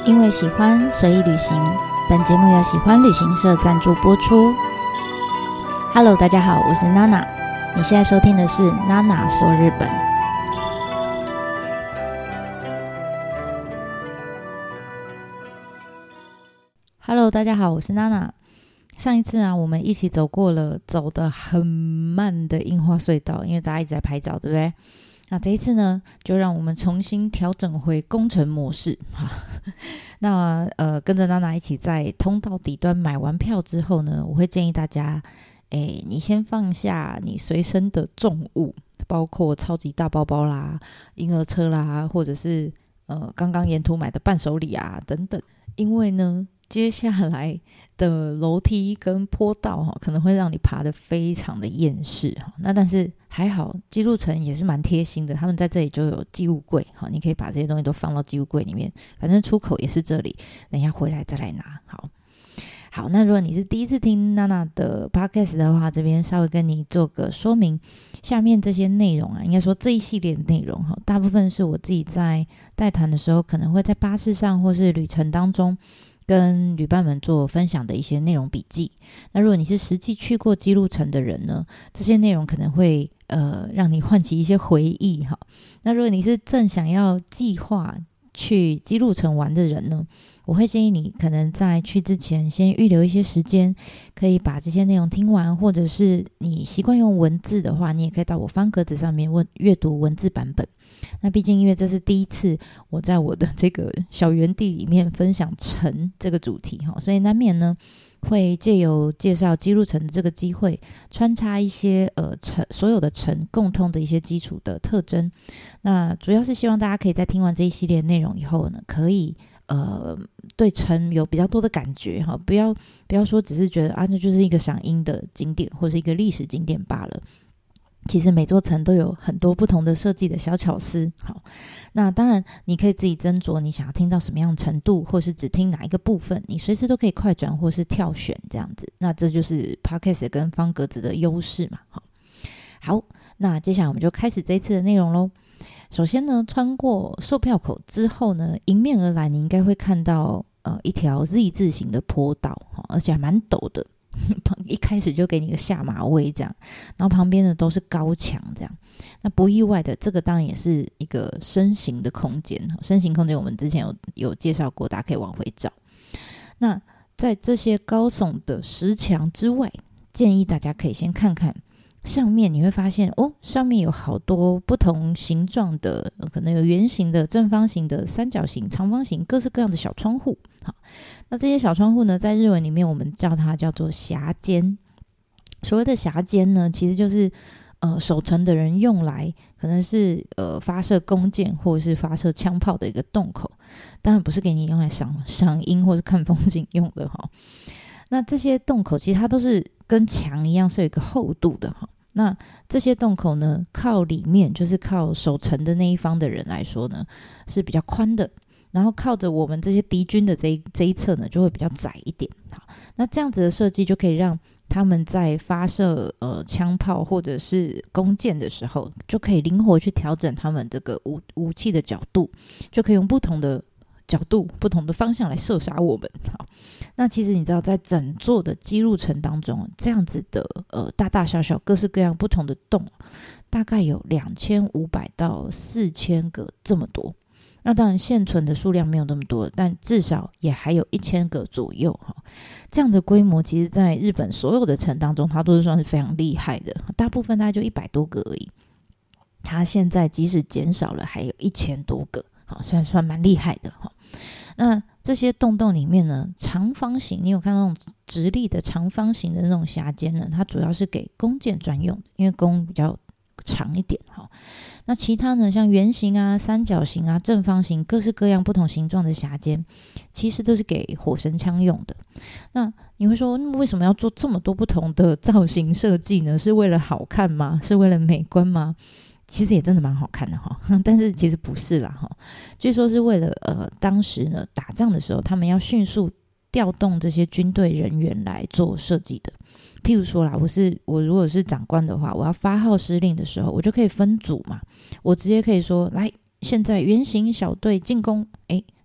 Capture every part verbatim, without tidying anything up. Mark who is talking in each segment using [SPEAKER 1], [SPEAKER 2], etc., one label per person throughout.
[SPEAKER 1] 因为喜欢随意旅行，本节目由喜欢旅行社赞助播出。Hello， 大家好，我是娜娜，你现在收听的是娜娜说日本。Hello， 大家好，我是娜娜。上一次啊，我们一起走过了走得很慢的樱花隧道，因为大家一直在拍照，对不对？那这一次呢，就让我们重新调整回工程模式。那呃，跟着娜娜一起在通道底端买完票之后呢，我会建议大家，诶，你先放下你随身的重物，包括超级大包包啦、婴儿车啦，或者是呃刚刚沿途买的伴手礼啊等等，因为呢，接下来的楼梯跟坡道可能会让你爬得非常的厌世。那但是还好，姬路城也是蛮贴心的，他们在这里就有寄物柜，你可以把这些东西都放到寄物柜里面，反正出口也是这里，等一下回来再来拿。好好，那如果你是第一次听娜娜的 podcast 的话，这边稍微跟你做个说明。下面这些内容啊，应该说这一系列的内容大部分是我自己在带团的时候可能会在巴士上或是旅程当中跟旅伴们做分享的一些内容笔记。那如果你是实际去过姬路城的人呢，这些内容可能会呃让你唤起一些回忆哈。那如果你是正想要计划去姬路城玩的人呢，我会建议你可能在去之前先预留一些时间，可以把这些内容听完，或者是你习惯用文字的话，你也可以到我方格子上面阅读文字版本。那毕竟因为这是第一次我在我的这个小园地里面分享城这个主题，所以难免呢会借由介绍姬路城的这个机会，穿插一些呃城所有的城共通的一些基础的特征。那主要是希望大家可以在听完这一系列内容以后呢，可以呃对城有比较多的感觉哈，不要不要说只是觉得啊那就是一个赏樱的景点或是一个历史景点罢了。其实每座城都有很多不同的设计的小巧思。好，那当然你可以自己斟酌你想要听到什么样的程度，或是只听哪一个部分，你随时都可以快转或是跳选这样子。那这就是 Podcast 跟方格子的优势嘛。好，好，那接下来我们就开始这一次的内容咯。首先呢，穿过售票口之后呢，迎面而来你应该会看到呃一条 Z 字形的坡道，而且还蛮陡的。一开始就给你个下马威这样，然后旁边的都是高墙这样。那不意外的，这个当然也是一个身形的空间，身形空间我们之前有有介绍过，大家可以往回找。那在这些高耸的石墙之外，建议大家可以先看看上面，你会发现哦，上面有好多不同形状的，可能有圆形的、正方形的、三角形、长方形，各式各样的小窗户。好，那这些小窗户呢，在日文里面我们叫它叫做匣间。所谓的匣间呢，其实就是呃守城的人用来可能是呃发射弓箭或者是发射枪炮的一个洞口，当然不是给你用来赏赏樱或是看风景用的哈。那这些洞口其实它都是跟墙一样是有一个厚度的哈。那这些洞口呢，靠里面就是靠守城的那一方的人来说呢，是比较宽的，然后靠着我们这些敌军的这一这一侧呢，就会比较窄一点。好，那这样子的设计就可以让他们在发射呃枪炮或者是弓箭的时候，就可以灵活去调整他们这个武武器的角度，就可以用不同的角度、不同的方向来射杀我们。好，那其实你知道，在整座的姬路城当中，这样子的呃大大小小、各式各样不同的洞，大概有两千五百到四千个这么多。那当然现存的数量没有那么多，但至少也还有一千个左右。这样的规模，其实在日本所有的城当中，它都是算是非常厉害的，大部分大概就一百多个而已。它现在即使减少了，还有一千多个，好，算算蛮厉害的。那这些洞洞里面呢，长方形，你有看到那种直立的长方形的那种匣间呢，它主要是给弓箭专用的，因为弓比较长一点。那其他呢，像圆形啊、三角形啊、正方形，各式各样不同形状的匣间，其实都是给火绳枪用的。那你会说，为什么要做这么多不同的造型设计呢？是为了好看吗？是为了美观吗？其实也真的蛮好看的哈，但是其实不是啦哈。据说是为了呃，当时呢打仗的时候，他们要迅速调动这些军队人员来做设计的。譬如说啦，我是我如果是长官的话，我要发号施令的时候，我就可以分组嘛，我直接可以说，来，现在圆形小队进攻，诶，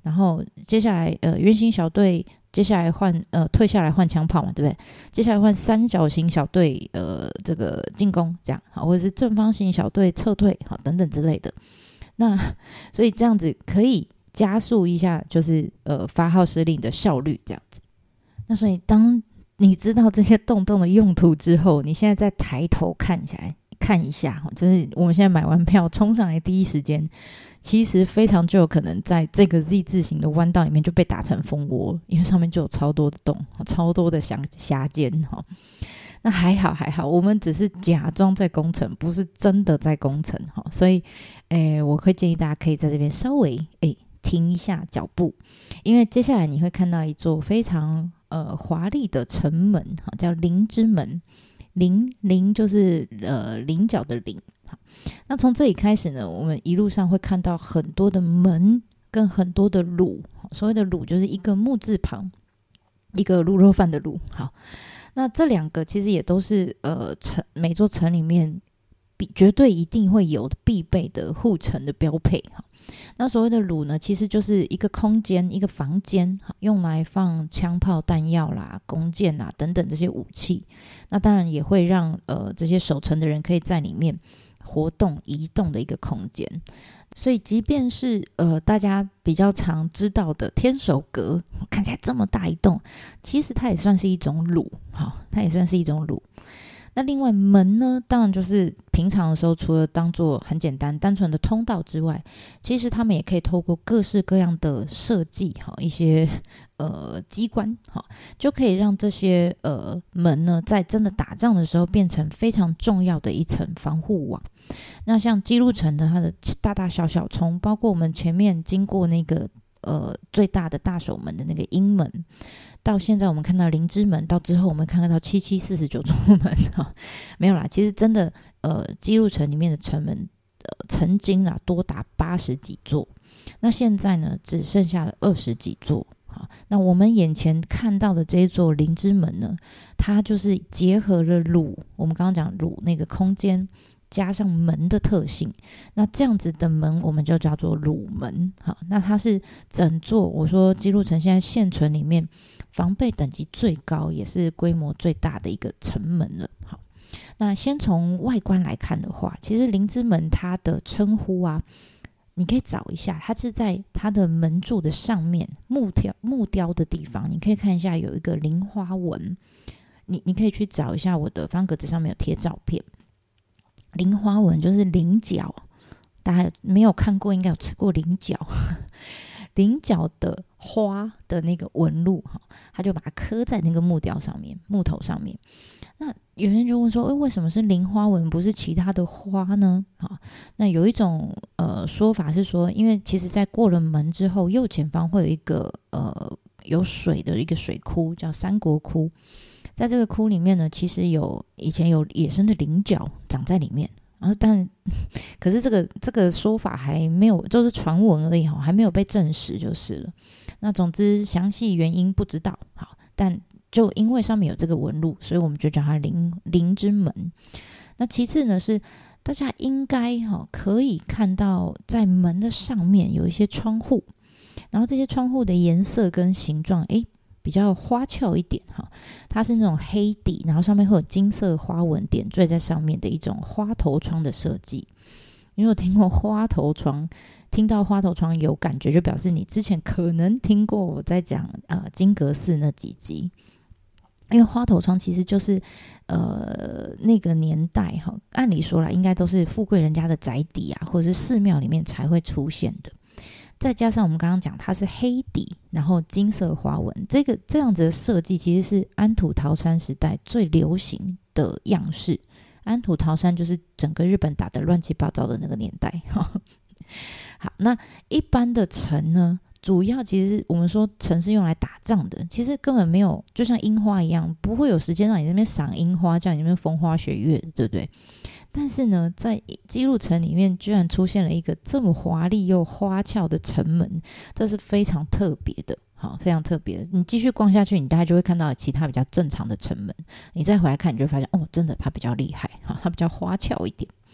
[SPEAKER 1] 然后接下来呃圆形小队接下来换呃退下来换枪炮嘛，对不对？接下来换三角形小队呃这个进攻这样，好，或者是正方形小队撤退，好，等等之类的。那所以这样子可以加速一下，就是呃发号施令的效率这样子。那所以当你知道这些洞洞的用途之后，你现在再抬头看起来看一下，就是我们现在买完票冲上来第一时间，其实非常就有可能在这个 Z 字形的弯道里面就被打成蜂窝，因为上面就有超多的洞，超多的狭狭间。那还好还好，我们只是假装在工程，不是真的在工程，所以诶，我会建议大家可以在这边稍微诶停一下脚步，因为接下来你会看到一座非常呃华丽的城门，叫菱之门。菱菱就是呃菱角的菱。那从这里开始呢，我们一路上会看到很多的门跟很多的卤，所谓的卤就是一个木字旁一个卤肉饭的卤。好，那这两个其实也都是呃城每座城里面必绝对一定会有必备的护城的标配。那所谓的卤呢，其实就是一个空间一个房间，用来放枪炮弹药啦弓箭啦等等这些武器。那当然也会让呃这些守城的人可以在里面活动移动的一个空间。所以即便是呃大家比较常知道的天守阁，看起来这么大一栋，其实它也算是一种卤，好，它也算是一种卤。那另外门呢，当然就是平常的时候除了当做很简单单纯的通道之外，其实他们也可以透过各式各样的设计，一些呃机关，就可以让这些呃门呢在真的打仗的时候变成非常重要的一层防护网。那像基路城的它的大大小小，从包括我们前面经过那个呃最大的大守门的那个鹰门，到现在我们看到菱之门，到之后我们看到七七四十九座门，没有啦，其实真的呃基路城里面的城门、呃、曾经啦多达八十几座，那现在呢只剩下了二十几座。好，那我们眼前看到的这一座菱之门呢，它就是结合了鲁，我们刚刚讲鲁那个空间加上门的特性，那这样子的门我们就叫做鲁门。好，那它是整座我说基路城现在现存里面防备等级最高也是规模最大的一个城门了。好，那先从外观来看的话，其实菱之门它的称呼啊，你可以找一下，它是在它的门柱的上面木雕木雕的地方，你可以看一下有一个菱花纹，你你可以去找一下，我的方格子上面有贴照片。菱花纹就是菱角，大家没有看过应该有吃过菱角，菱角的花的那个纹路，他就把它刻在那个木雕上面木头上面。那有人就问说，诶，为什么是菱花纹不是其他的花呢？好，那有一种呃说法是说，因为其实在过了门之后，右前方会有一个呃有水的一个水窟，叫三国窟。在这个窟里面呢，其实有以前有野生的菱角长在里面，然后但可是这个这个说法还没有，就是传闻而已，还没有被证实就是了。那总之详细原因不知道，好，但就因为上面有这个纹路，所以我们就叫它菱菱之门。那其次呢，是大家应该、哦、可以看到在门的上面有一些窗户，然后这些窗户的颜色跟形状诶比较花俏一点，它是那种黑底，然后上面会有金色花纹点缀在上面的一种花头窗的设计。你有听过花头窗？听到花头窗有感觉，就表示你之前可能听过我在讲呃金阁寺那几集。因为花头窗其实就是呃那个年代哈，按理说啦，应该都是富贵人家的宅邸啊，或者是寺庙里面才会出现的。再加上我们刚刚讲它是黑底，然后金色花纹，这个这样子的设计其实是安土桃山时代最流行的样式。安土桃山就是整个日本打得乱七八糟的那个年代。好，那一般的城呢，主要其实是我们说城是用来打仗的，其实根本没有，就像樱花一样，不会有时间让你在那边赏樱花，叫你那边风花雪月，对不对？但是呢，在基路城里面居然出现了一个这么华丽又花俏的城门，这是非常特别的，好，非常特别的。你继续逛下去，你大概就会看到其他比较正常的城门，你再回来看，你就会发现哦，真的它比较厉害，它比较花俏一点。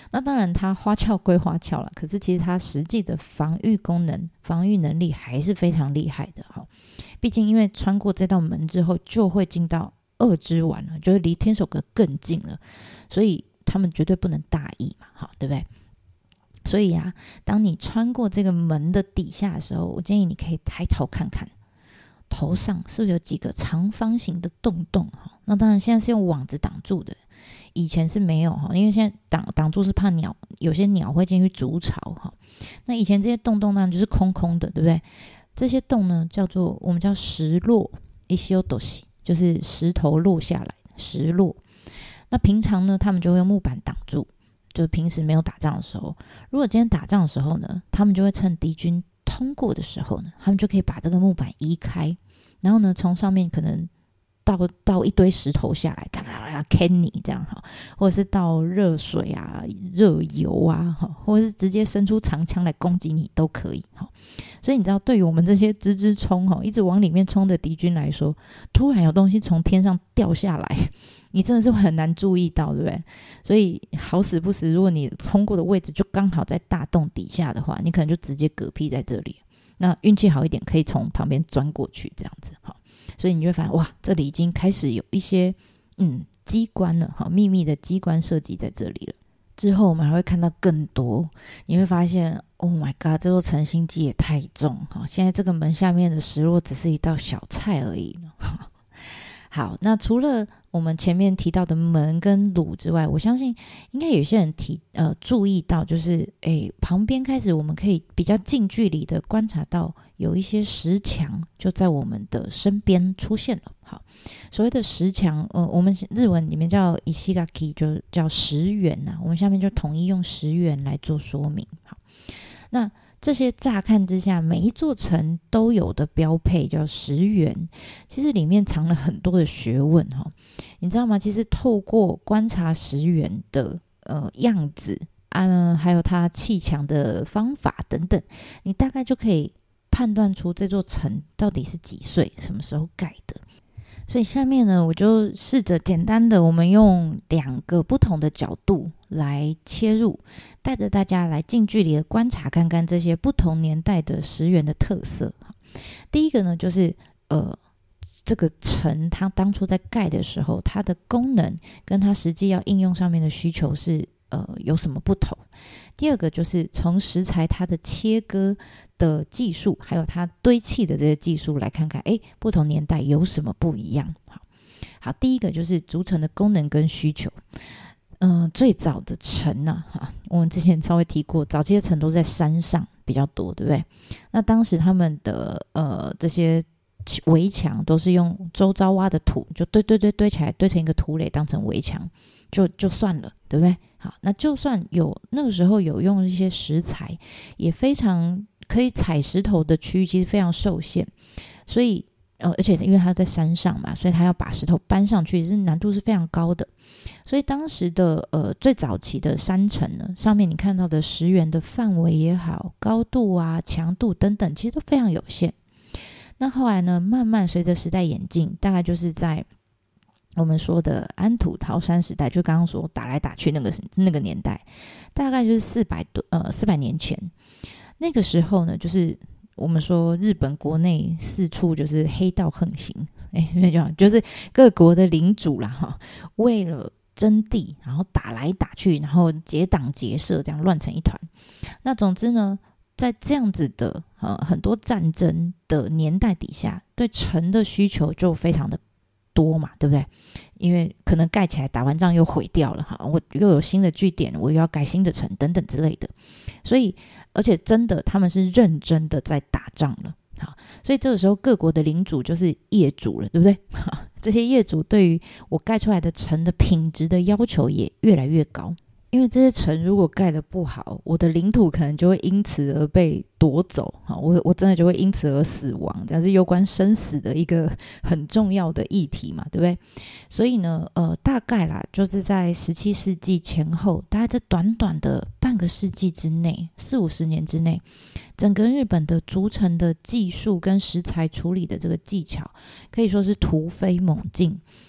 [SPEAKER 1] 那当然它花俏归花俏啦，可是其实它实际的防御功能、防御能力还是非常厉害的。毕竟因为穿过这道门之后就会进到二之丸了，就是离天守阁更近了，所以他们绝对不能大意嘛，好，对不对？所以啊，当你穿过这个门的底下的时候，我建议你可以抬头看看，头上是不是有几个长方形的洞洞？那当然现在是用网子挡住的，以前是没有，因为现在挡挡住是怕鸟，有些鸟会进去筑巢。那以前这些洞洞呢就是空空的，对不对？这些洞呢叫做我们叫石落，ishiodoshi，就是石头落下来，石落。那平常呢他们就会用木板挡住，就平时没有打仗的时候。如果今天打仗的时候呢，他们就会趁敌军通过的时候呢，他们就可以把这个木板移开，然后呢从上面可能倒倒一堆石头下来，砍你这样，或者是倒热水啊、热油啊，或者是直接伸出长枪来攻击你都可以。所以你知道，对于我们这些直直冲一直往里面冲的敌军来说，突然有东西从天上掉下来，你真的是很难注意到，对不对？所以好死不死，如果你通过的位置就刚好在大洞底下的话，你可能就直接嗝屁在这里。那运气好一点，可以从旁边钻过去，这样子。所以你就会发现，哇，这里已经开始有一些嗯机关了，秘密的机关设计在这里了。之后我们还会看到更多，你会发现 Oh my god， 这座诚心机也太重，现在这个门下面的石落只是一道小菜而已。好，那除了我们前面提到的门跟橹之外，我相信应该有些人提呃注意到，就是诶旁边开始我们可以比较近距离的观察到有一些石墙就在我们的身边出现了。好，所谓的石墙，呃，我们日文里面叫 ishigaki， 就叫石垣呐、啊，我们下面就统一用石垣来做说明。好，那这些乍看之下每一座城都有的标配叫石垣，其实里面藏了很多的学问、哦、你知道吗？其实透过观察石垣的呃样子啊，还有它砌墙的方法等等，你大概就可以判断出这座城到底是几岁，什么时候盖的。所以下面呢，我就试着简单的，我们用两个不同的角度来切入，带着大家来近距离的观察看看这些不同年代的石垣的特色。第一个呢，就是呃，这个城它当初在盖的时候，它的功能跟它实际要应用上面的需求是呃有什么不同。第二个就是从石材它的切割的技术，还有它堆砌的这些技术来看看，哎，不同年代有什么不一样。好，好，第一个就是筑城的功能跟需求。嗯、呃，最早的城啊，我们之前稍微提过，早期的城都在山上比较多，对不对？那当时他们的呃这些围墙都是用周遭挖的土，就堆堆堆堆起来，堆成一个土垒当成围墙，就就算了，对不对？好，那就算有那个时候有用一些石材，也非常可以踩石头的区域其实非常受限，所以呃，而且因为它在山上嘛，所以它要把石头搬上去是难度是非常高的。所以当时的呃最早期的山城呢，上面你看到的石垣的范围也好，高度啊、强度等等，其实都非常有限。那后来呢，慢慢随着时代演进，大概就是在我们说的安土桃山时代，就刚刚说打来打去那个那个年代，大概就是四百多呃四百年前。那个时候呢，就是我们说日本国内四处就是黑道横行，哎，就是各国的领主啦哈，为了争地，然后打来打去，然后结党结社，这样乱成一团。那总之呢，在这样子的呃很多战争的年代底下，对城的需求就非常的多嘛，对不对？因为可能盖起来打完仗又毁掉了哈，我又有新的据点，我又要盖新的城等等之类的，所以而且真的他们是认真的在打仗了。好，所以这个时候各国的领主就是业主了，对不对？这些业主对于我盖出来的城的品质的要求也越来越高。因为这些城如果盖得不好，我的领土可能就会因此而被夺走，我我真的就会因此而死亡，这是攸关生死的一个很重要的议题嘛，对不对？所以呢，呃，大概啦，就是在十七世纪前后，大概这短短的半个世纪之内，四五十年之内，整个日本的筑城的技术跟石材处理的这个技巧，可以说是突飞猛进。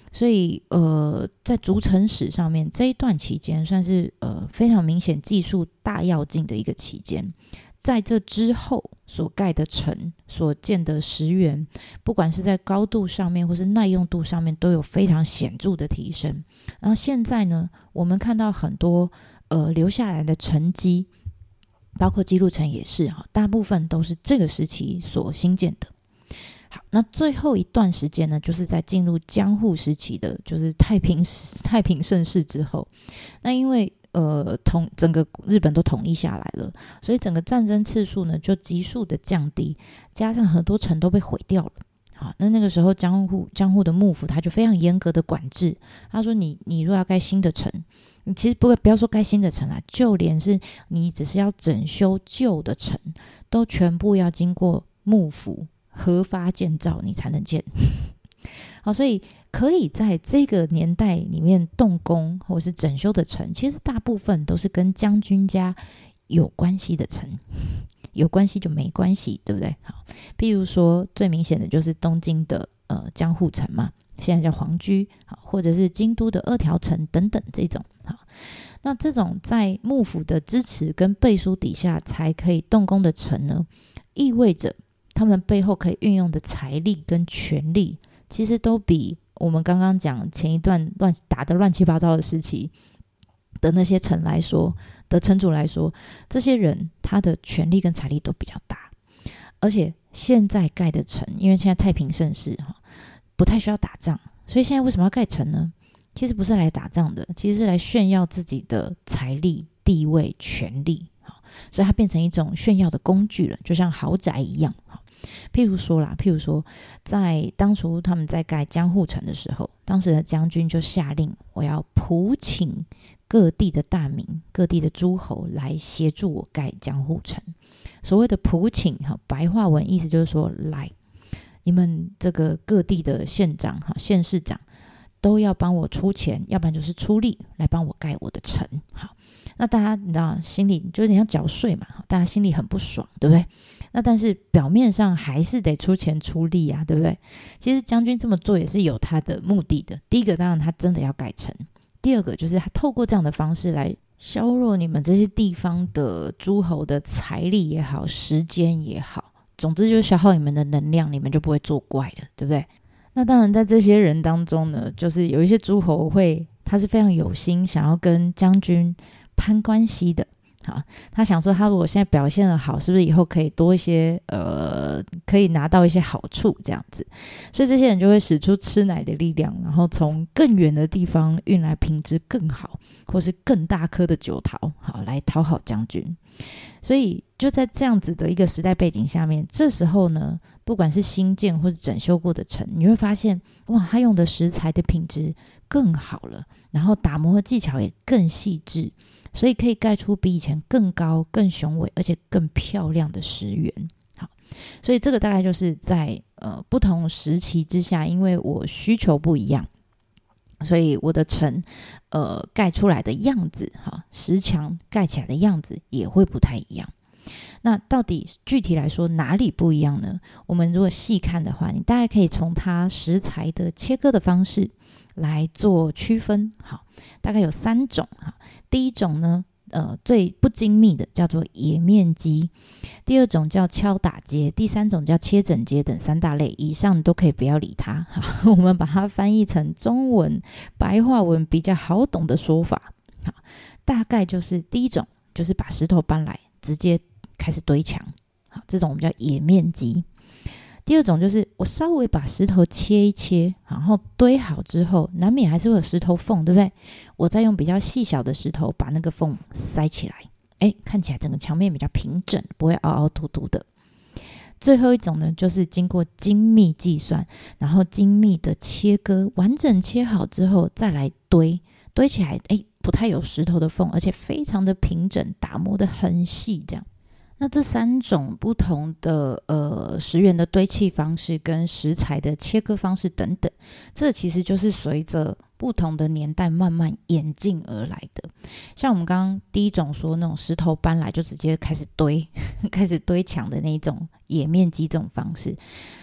[SPEAKER 1] 所以呃，在筑城史上面这一段期间算是呃非常明显技术大跃进的一个期间。在这之后所盖的城所建的石垣，不管是在高度上面或是耐用度上面都有非常显著的提升。然后现在呢，我们看到很多呃留下来的城基，包括基路城也是，大部分都是这个时期所兴建的。好，那最后一段时间呢，就是在进入江户时期的，就是太平太平盛世之后。那因为呃统整个日本都统一下来了，所以整个战争次数呢就急速的降低，加上很多城都被毁掉了。好，那那个时候江户江户的幕府他就非常严格的管制，他说你你如果要盖新的城，你其实不不要说盖新的城啦，就连是你只是要整修旧的城，都全部要经过幕府核发建造你才能建。好，所以可以在这个年代里面动工或是整修的城，其实大部分都是跟将军家有关系的城，有关系就没关系，对不对？好，譬如说最明显的就是东京的呃江户城嘛，现在叫皇居，好，或者是京都的二条城等等这种。好，那这种在幕府的支持跟背书底下才可以动工的城呢，意味着他们背后可以运用的财力跟权力，其实都比我们刚刚讲前一段乱打得乱七八糟的时期的那些城来说的城主来说，这些人他的权力跟财力都比较大。而且现在盖的城，因为现在太平盛世，不太需要打仗，所以现在为什么要盖城呢？其实不是来打仗的，其实是来炫耀自己的财力、地位、权力，所以它变成一种炫耀的工具了，就像豪宅一样。譬如说啦，譬如说在当初他们在盖江户城的时候，当时的将军就下令，我要普请各地的大名、各地的诸侯来协助我盖江户城。所谓的普请，白话文意思就是说，来，你们这个各地的县长、县市长都要帮我出钱，要不然就是出力来帮我盖我的城。好，那大家你知道心里就有点像缴税嘛，大家心里很不爽，对不对？那但是表面上还是得出钱出力啊，对不对？其实将军这么做也是有他的目的的。第一个当然他真的要盖城，第二个就是他透过这样的方式来削弱你们这些地方的诸侯的财力也好，时间也好，总之就是消耗你们的能量，你们就不会作怪了，对不对？那当然在这些人当中呢，就是有一些诸侯会他是非常有心想要跟将军攀关系的。好，他想说他如果现在表现得好，是不是以后可以多一些呃，可以拿到一些好处这样子，所以这些人就会使出吃奶的力量，然后从更远的地方运来品质更好或是更大颗的酒桃，好来讨好将军。所以就在这样子的一个时代背景下面，这时候呢，不管是新建或是整修过的城，你会发现哇，他用的食材的品质更好了，然后打磨的技巧也更细致，所以可以盖出比以前更高、更雄伟而且更漂亮的石垣。好，所以这个大概就是在呃不同时期之下，因为我需求不一样，所以我的城呃盖出来的样子，哈，石墙盖起来的样子也会不太一样。那到底具体来说哪里不一样呢？我们如果细看的话，你大概可以从它石材的切割的方式来做区分。好，大概有三种。第一种呢，呃，最不精密的叫做野面积，第二种叫敲打阶，第三种叫切整阶等三大类。以上都可以不要理它，好，我们把它翻译成中文白话文比较好懂的说法。好，大概就是第一种就是把石头搬来直接开始堆墙，好，这种我们叫野面积。第二种就是我稍微把石头切一切，然后堆好之后，难免还是会有石头缝，对不对？我再用比较细小的石头把那个缝塞起来，哎，看起来整个墙面比较平整，不会凹凹凸凸的。最后一种呢，就是经过精密计算，然后精密的切割，完整切好之后再来堆，堆起来，哎，不太有石头的缝，而且非常的平整，打磨的很细，这样。那这三种不同的呃石垣的堆砌方式跟石材的切割方式等等，这其实就是随着不同的年代慢慢演进而来的。像我们刚刚第一种说那种石头搬来就直接开始堆开始堆墙的那种野面积这种方式，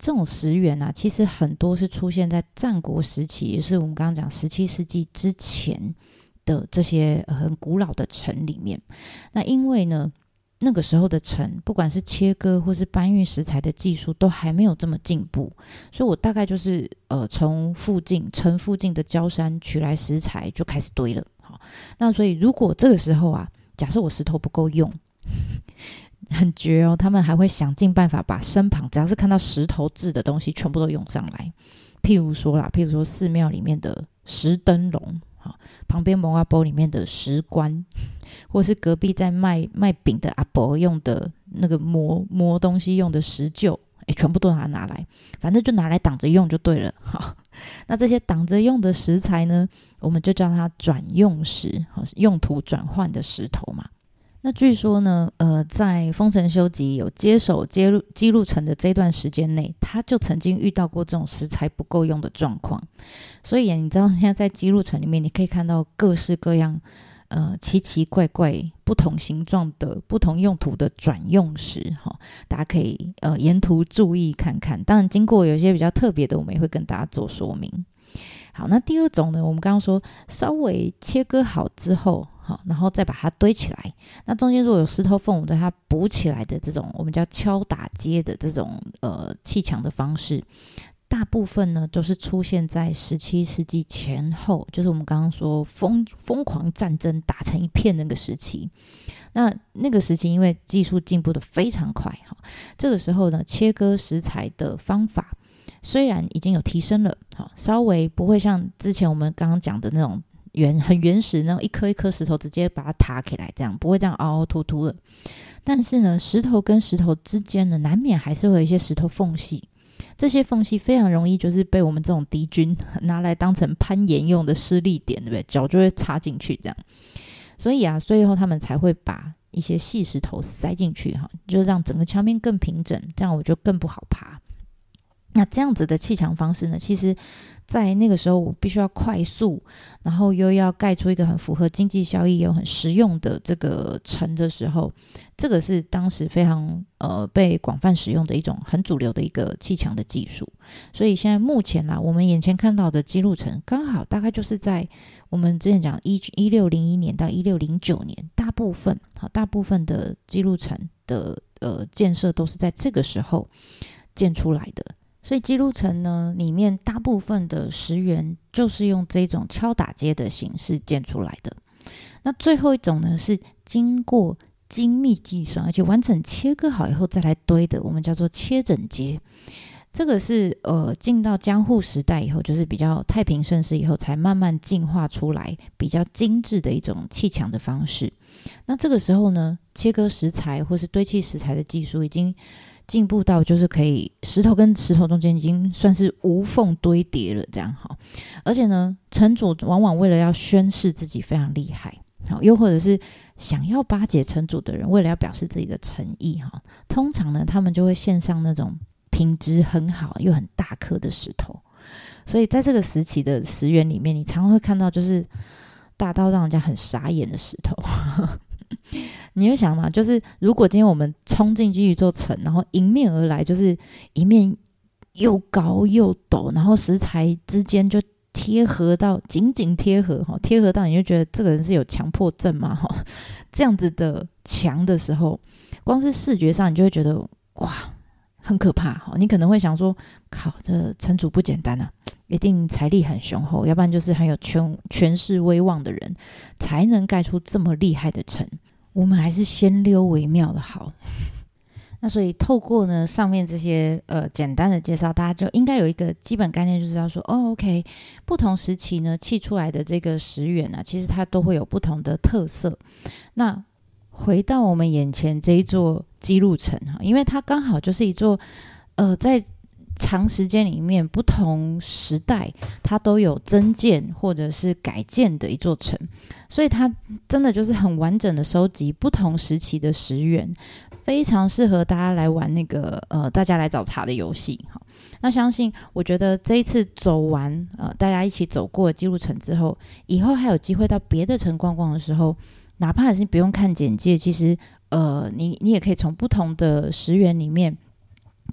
[SPEAKER 1] 这种石原啊，其实很多是出现在战国时期，也就是我们刚刚讲十七世纪之前的这些很古老的城里面。那因为呢，那个时候的城，不管是切割或是搬运石材的技术都还没有这么进步，所以我大概就是呃从附近城附近的郊山取来石材就开始堆了。好，那所以如果这个时候啊，假设我石头不够用，很绝哦，他们还会想尽办法把身旁只要是看到石头制的东西全部都用上来。譬如说啦，譬如说寺庙里面的石灯笼，旁边蒙阿波里面的石棺，或是隔壁在卖卖饼的阿伯用的那个磨磨东西用的石臼，诶，全部都拿拿来，反正就拿来挡着用就对了。好，那这些挡着用的石材呢，我们就叫它转用石，用途转换的石头嘛。那据说呢，呃，在丰臣秀吉有接手姬路姬路城的这段时间内，他就曾经遇到过这种石材不够用的状况。所以你知道现在在姬路城里面，你可以看到各式各样呃奇奇怪怪、不同形状的、不同用途的转用石，哦，大家可以呃沿途注意看看。当然，经过有一些比较特别的，我们也会跟大家做说明。好，那第二种呢，我们刚刚说稍微切割好之后，好，然后再把它堆起来。那中间如果有石头缝，我们再它补起来的这种，我们叫敲打接的这种呃砌墙的方式，大部分呢都是出现在十七世纪前后，就是我们刚刚说疯疯狂战争打成一片那个时期。那那个时期因为技术进步的非常快，这个时候呢，切割石材的方法虽然已经有提升了，稍微不会像之前我们刚刚讲的那种原很原始那种一颗一颗石头直接把它塔起来，这样不会这样凹凹凸凸的。但是呢，石头跟石头之间呢，难免还是会有一些石头缝隙，这些缝隙非常容易就是被我们这种敌军拿来当成攀岩用的施力点，对不对？脚就会插进去这样。所以啊，最后他们才会把一些细石头塞进去，就是让整个墙面更平整，这样我就更不好爬。那这样子的砌墙方式呢，其实在那个时候我必须要快速，然后又要盖出一个很符合经济效益又很实用的这个城的时候，这个是当时非常呃被广泛使用的一种很主流的一个砌墙的技术。所以现在目前啦，我们眼前看到的姬路城刚好大概就是在我们之前讲一六零一年到一六零九年，大部分好大部分的姬路城的呃建设都是在这个时候建出来的。所以姬路城呢，里面大部分的石原就是用这种敲打接的形式建出来的。那最后一种呢，是经过精密计算，而且完整切割好以后再来堆的，我们叫做切整接。这个是呃进到江户时代以后，就是比较太平盛世以后，才慢慢进化出来比较精致的一种砌墙的方式。那这个时候呢，切割石材或是堆砌石材的技术已经进步到就是可以石头跟石头中间已经算是无缝堆叠了这样哈。而且呢，城主往往为了要宣示自己非常厉害，好，又或者是想要巴结城主的人，为了要表示自己的诚意哈，通常呢他们就会献上那种品质很好又很大颗的石头。所以在这个时期的石原里面，你常常会看到就是大到让人家很傻眼的石头。你会想嘛，就是如果今天我们冲进去一座城，然后迎面而来就是一面又高又陡，然后石材之间就贴合到紧紧贴合，贴合到你就觉得这个人是有强迫症嘛，这样子的墙的时候，光是视觉上你就会觉得哇很可怕。你可能会想说，靠，这城主不简单啊，一定财力很雄厚，要不然就是很有权权势威望的人才能盖出这么厉害的城。我们还是先溜为妙的好。那所以透过呢上面这些呃简单的介绍，大家就应该有一个基本概念，就知道说哦 OK， 不同时期呢砌出来的这个石原啊，其实它都会有不同的特色。那回到我们眼前这一座姬路城，因为它刚好就是一座呃在长时间里面不同时代它都有增建或者是改建的一座城，所以它真的就是很完整的收集不同时期的石原，非常适合大家来玩那个呃大家来找茬的游戏。那相信我觉得这一次走完呃大家一起走过姬路城之后，以后还有机会到别的城逛逛的时候，哪怕是不用看简介，其实呃你你也可以从不同的石原里面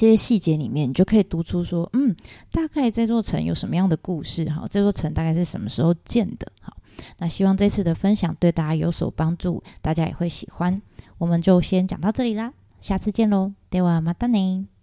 [SPEAKER 1] 这些细节里面，你就可以读出说，嗯，大概这座城有什么样的故事，好，这座城大概是什么时候建的，好。那希望这次的分享对大家有所帮助，大家也会喜欢。我们就先讲到这里啦，下次见喽，ではまたね。